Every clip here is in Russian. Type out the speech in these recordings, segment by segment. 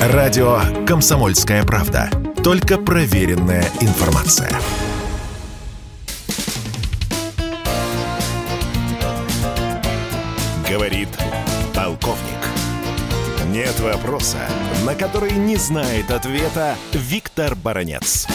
Радио «Комсомольская правда». Только проверенная информация. Говорит полковник. Нет вопроса, на который не знает ответа Виктор Баранец.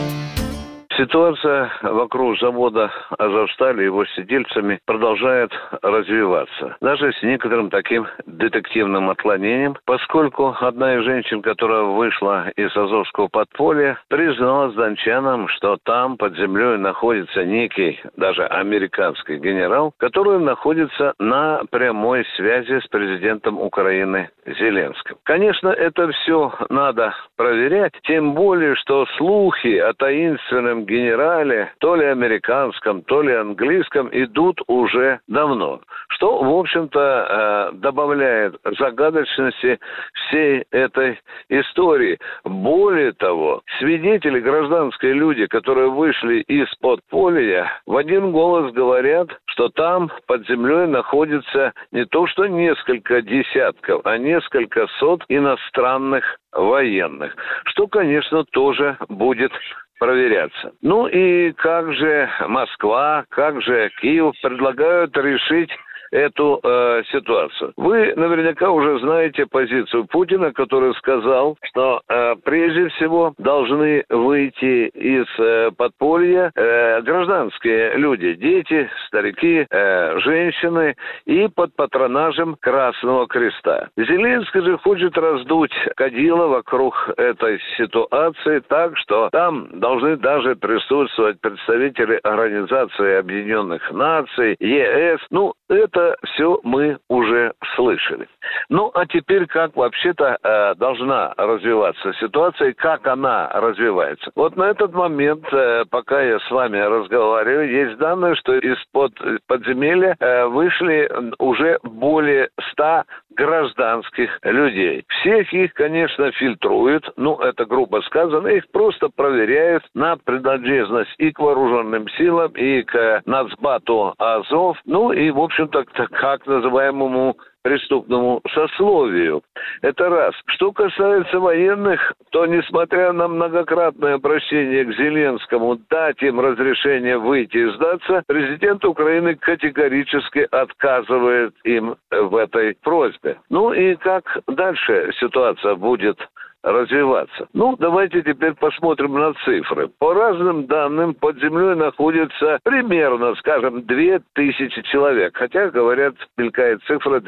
Ситуация вокруг завода «Азовсталь» и его сидельцами продолжает развиваться. Даже с некоторым таким детективным отклонением, поскольку одна из женщин, которая вышла из азовского подполья, призналась дончанам, что там под землей находится некий, даже американский генерал, который находится на прямой связи с президентом Украины Зеленским. Конечно, это все надо проверять, тем более, что слухи о таинственном генерале, то ли американском, то ли английском, идут уже давно. Что, в общем-то, добавляет загадочности всей этой истории. Более того, свидетели, гражданские люди, которые вышли из подполья, в один голос говорят, что там под землей находится не то что несколько десятков, а несколько сот иностранных военных. Что, конечно, тоже будет проверяться. Ну и как же Москва, как же Киев предлагают решить эту ситуацию? Вы наверняка уже знаете позицию Путина, который сказал, что прежде всего должны выйти из подполья гражданские люди, дети, старики, женщины и под патронажем Красного Креста. Зеленский же хочет раздуть кадила вокруг этой ситуации так, что там должны даже присутствовать представители Организации Объединенных Наций, ЕС. Ну, это все мы уже слышали. Ну, а теперь как вообще-то должна развиваться ситуация, как она развивается? Вот на этот момент, пока я с вами разговариваю, есть данные, что из-под подземелья вышли уже более 100 гражданских людей. Всех их, конечно, фильтруют, ну, это грубо сказано, их просто проверяют на принадлежность и к вооруженным силам, и к нацбату Азов, ну, и, в общем-то, к так называемому преступному сословию. Это раз. Что касается военных, то, несмотря на многократное обращение к Зеленскому дать им разрешение выйти и сдаться, президент Украины категорически отказывает им в этой просьбе. Ну и как дальше ситуация будет развиваться? Ну, давайте теперь посмотрим на цифры. По разным данным, под землей находится примерно, скажем, 2000 человек. Хотя, говорят, мелькает цифра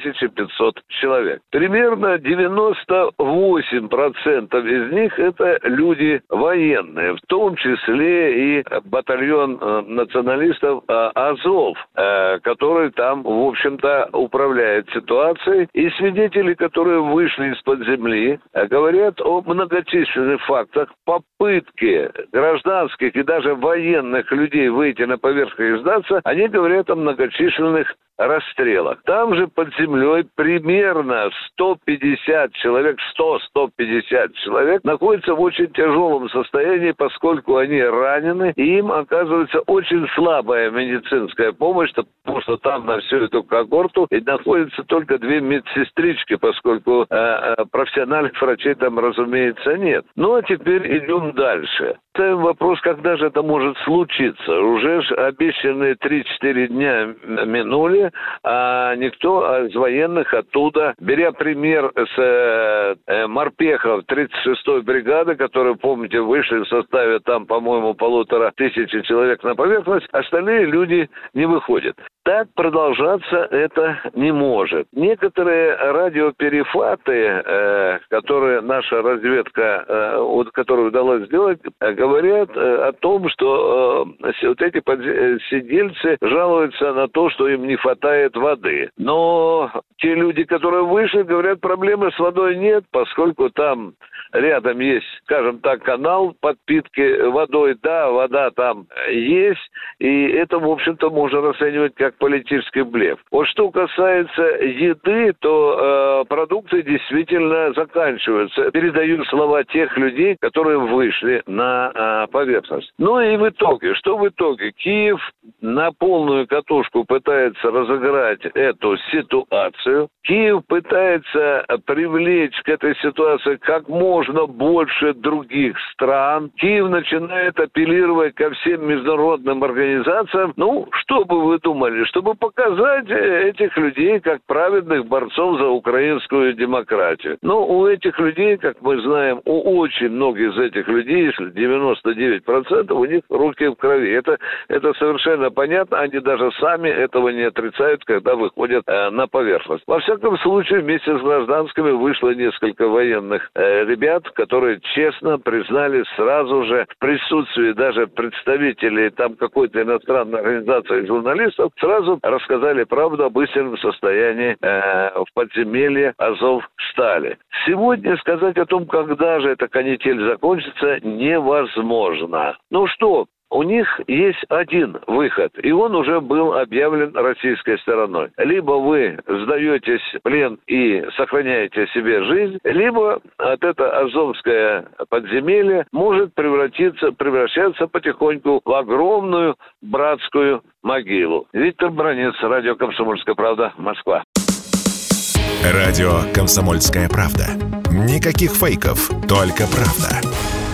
2500 человек. Примерно 98% из них это люди военные, в том числе и батальон националистов Азов, который там, в общем-то, управляет ситуацией. И свидетели, которые вышли из-под земли, говорят о многочисленных фактах попытки гражданских и даже военных людей выйти на поверхность и сдаться. Они говорят о многочисленных расстрелах. Там же под землей примерно 150 человек, 100-150 человек находятся в очень тяжелом состоянии, поскольку они ранены, и им оказывается очень слабая медицинская помощь, потому что там на всю эту когорту находятся только 2 медсестрички, поскольку профессиональных врачей там, разумеется, нет. Ну, а теперь идем дальше. Ставим вопрос, когда же это может случиться. Уже обещанные 3-4 дня минули, а никто из военных оттуда, беря пример с морпехов 36-й бригады, которые, помните, вышли в составе там, по-моему, 1500 человек на поверхность, остальные люди не выходят. Так продолжаться это не может. Некоторые радиоперехваты, которые наша разведка, которую удалось сделать, говорят о том, что вот эти сидельцы жалуются на то, что им не хватает воды. Но те люди, которые вышли, говорят, проблемы с водой нет, поскольку там рядом есть, скажем так, канал подпитки водой. Да, вода там есть, и это, в общем-то, можно расценивать как политический блеф. Вот что касается еды, то продукты действительно заканчиваются. Передаю слова тех людей, которые вышли на на поверхность. Ну и в итоге, что в итоге? Киев на полную катушку пытается разыграть эту ситуацию. Киев пытается привлечь к этой ситуации как можно больше других стран. Киев начинает апеллировать ко всем международным организациям. Ну, что бы вы думали? Чтобы показать этих людей как праведных борцов за украинскую демократию. Но у этих людей, как мы знаем, у очень многих из этих людей, если 99%, у них руки в крови. Это совершенно понятно. Они даже сами этого не отрицают, когда выходят на поверхность. Во всяком случае, вместе с гражданскими вышло несколько военных ребят, которые честно признали сразу же в присутствии даже представителей там какой-то иностранной организации журналистов, сразу рассказали правду об истинном состоянии в подземелье Азовстали. Сегодня сказать о том, когда же эта канитель закончится, невозможно. Ну что? У них есть один выход, и он уже был объявлен российской стороной. Либо вы сдаетесь в плен и сохраняете себе жизнь, либо от это азовское подземелье может превращаться потихоньку в огромную братскую могилу. Виктор Баранец, радио «Комсомольская правда», Москва. Радио «Комсомольская правда». Никаких фейков, только правда.